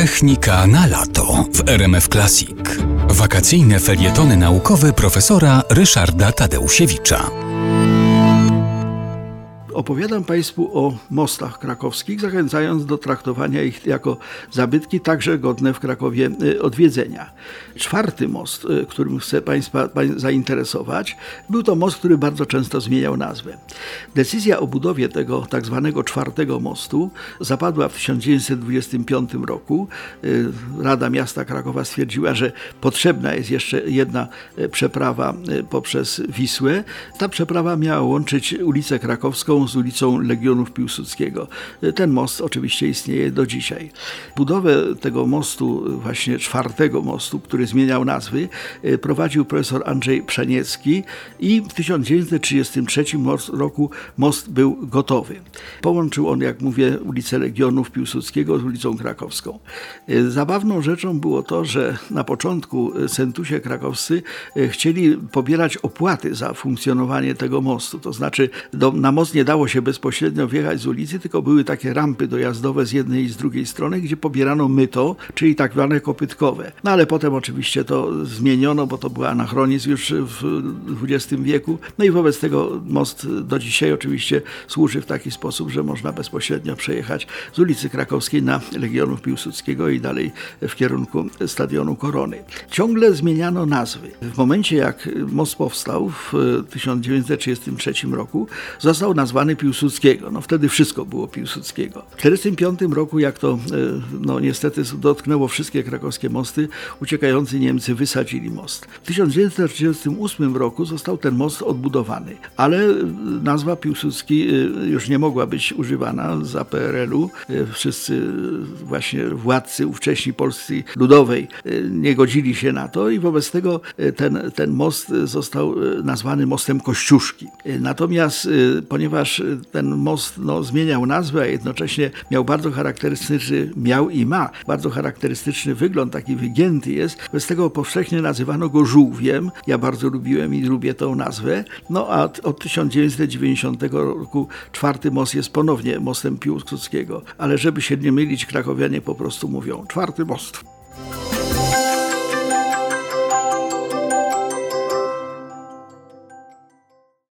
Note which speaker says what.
Speaker 1: Technika na lato w RMF Classic. Wakacyjne felietony naukowe profesora Ryszarda Tadeusiewicza.
Speaker 2: Opowiadam Państwu o mostach krakowskich, zachęcając do traktowania ich jako zabytki, także godne w Krakowie odwiedzenia. Czwarty most, którym chcę Państwa zainteresować, był to most, który bardzo często zmieniał nazwę. Decyzja o budowie tego tak zwanego czwartego mostu zapadła w 1925 roku. Rada Miasta Krakowa stwierdziła, że potrzebna jest jeszcze jedna przeprawa poprzez Wisłę. Ta przeprawa miała łączyć ulicę Krakowską z ulicą Legionów Piłsudskiego. Ten most oczywiście istnieje do dzisiaj. Budowę tego mostu, właśnie czwartego mostu, który zmieniał nazwy, prowadził profesor Andrzej Przaniecki i w 1933 roku most był gotowy. Połączył on, jak mówię, ulicę Legionów Piłsudskiego z ulicą Krakowską. Zabawną rzeczą było to, że na początku centusie krakowscy chcieli pobierać opłaty za funkcjonowanie tego mostu. To znaczy na most nie dało się bezpośrednio wjechać z ulicy, tylko były takie rampy dojazdowe z jednej i z drugiej strony, gdzie pobierano myto, czyli tak zwane kopytkowe. No ale potem oczywiście to zmieniono, bo to był anachronizm już w XX wieku. No i wobec tego most do dzisiaj oczywiście służy w taki sposób, że można bezpośrednio przejechać z ulicy Krakowskiej na Legionów Piłsudskiego i dalej w kierunku Stadionu Korony. Ciągle zmieniano nazwy. W momencie, jak most powstał w 1933 roku, został nazwany Piłsudskiego. No wtedy wszystko było Piłsudskiego. W 1945 roku, jak to niestety dotknęło wszystkie krakowskie mosty, uciekający Niemcy wysadzili most. W 1948 roku został ten most odbudowany, ale nazwa Piłsudski już nie mogła być używana za PRL-u. Wszyscy właśnie władcy ówcześni Polski Ludowej nie godzili się na to i wobec tego ten most został nazwany mostem Kościuszki. Natomiast ponieważ ten most zmieniał nazwę, a jednocześnie miał bardzo charakterystyczny wygląd, taki wygięty jest, bez tego powszechnie nazywano go żółwiem. Ja bardzo lubiłem i lubię tą nazwę. No a od 1990 roku czwarty most jest ponownie mostem Piłsudskiego. Ale żeby się nie mylić, krakowianie po prostu mówią czwarty most.